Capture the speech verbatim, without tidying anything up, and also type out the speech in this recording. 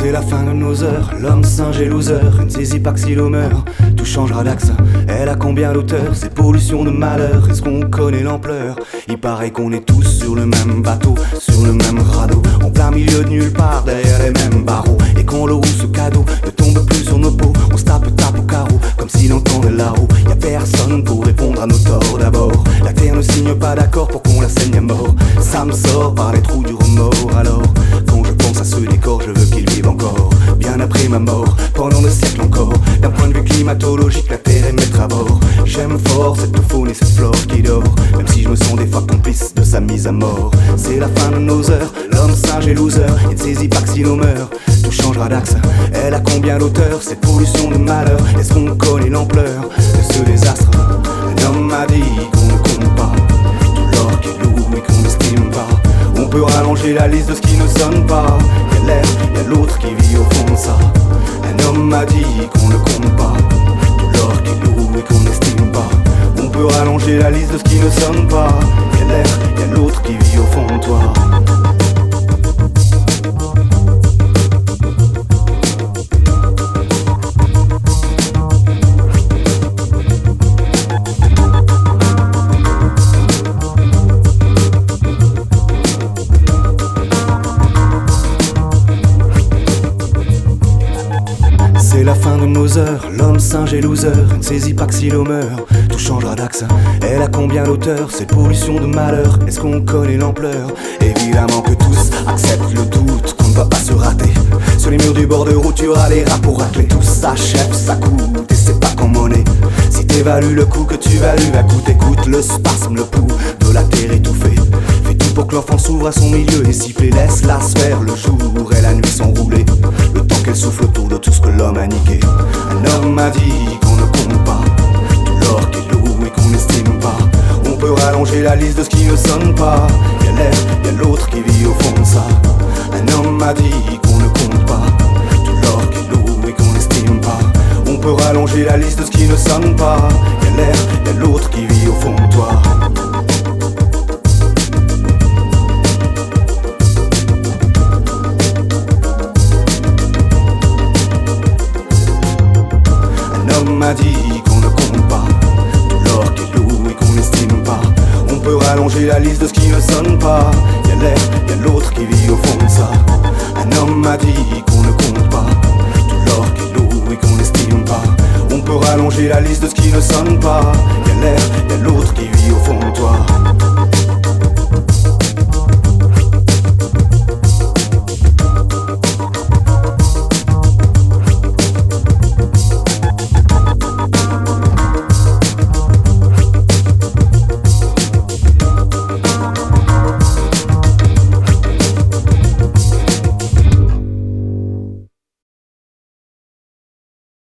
C'est la fin de nos heures, l'homme singe et loser, ne saisit pas que si l'eau meurt, tout changera d'axe. Elle a combien d'auteurs, ces pollutions de malheur, est-ce qu'on connaît l'ampleur? Il paraît qu'on est tous sur le même bateau, sur le même radeau, en plein milieu de nulle part, derrière les mêmes barreaux. Et quand le roux, ce cadeau, ne tombe plus sur nos peaux, on se tape tape au carreau, comme si l'on tendait la roue. Y'a personne pour répondre à nos torts d'abord. La terre ne signe pas d'accord pour qu'on la saigne à mort. Ça me sort par les trous du remords. Alors, quand je pense à ce décor, je veux qu'il vive encore, bien après ma mort, pendant des siècles encore. D'un point de vue climatologique, la terre est maître à bord. J'aime fort cette faune et cette flore qui dort, même si je me sens des fois complice de sa mise à mort. C'est la fin de nos heures, l'homme singe et loser, il ne saisit pas que si l'on meurt, tout changera d'axe. Elle a combien d'auteurs, cette pollution de malheur, est-ce qu'on connaît l'ampleur de ce désastre? Un homme m'a dit qu'on ne compte pas tout l'or qu'il loue et qu'on n'estime pas. On peut rallonger la liste de ce qui ne sonne pas. Y'a l'air, y'a l'autre qui vit au fond de ça. Un homme m'a dit qu'on ne compte pas tout l'or qu'il loue et qu'on n'estime pas. On peut rallonger la liste de ce qui ne sonne pas. Y'a l'air, y'a l'autre qui vit au fond de toi. C'est la fin de nos heures, l'homme singe et loser, ne saisit pas que si l'eau meurt, tout changera d'axe. Elle a combien d'auteurs, cette pollution de malheur, est-ce qu'on connaît l'ampleur? Évidemment que tous acceptent le doute qu'on ne va pas se rater. Sur les murs du bord de route, tu auras les rats pour racler. Tout s'achève, ça coûte, et c'est pas qu'en monnaie. Si t'évalues le coût que tu values, à coûte écoute le spasme, le pouls de la terre étouffée. Fais tout pour que l'enfant s'ouvre à son milieu et siffler, laisse-la se faire le jour et la nuit s'enrouler. Le temps qu'elle souffle autour de tout ce que l'homme a niqué. Un homme m'a dit qu'on ne compte pas tout l'or qu'il loue et qu'on n'estime pas. On peut rallonger la liste de ce qui ne sonne pas. Y'a l'air, y'a l'autre qui vit au fond de ça. Un homme m'a dit qu'on ne compte pas tout l'or qu'il loue et qu'on n'estime pas. On peut rallonger la liste de ce qui ne sonne pas. Y'a l'air, y'a l'autre qui vit au fond de toi. On m'a dit qu'on ne compte pas tout l'or qu'il loue et qu'on n'estime pas. On peut rallonger la liste de ce qui ne sonne pas. Y'a l'air, y'a l'autre qui vit au fond de ça. Un homme m'a dit qu'on ne compte pas tout l'or qu'il loue et qu'on n'estime pas. On peut rallonger la liste de ce qui ne sonne pas. Y'a l'air, y'a l'autre qui vit au fond de toi.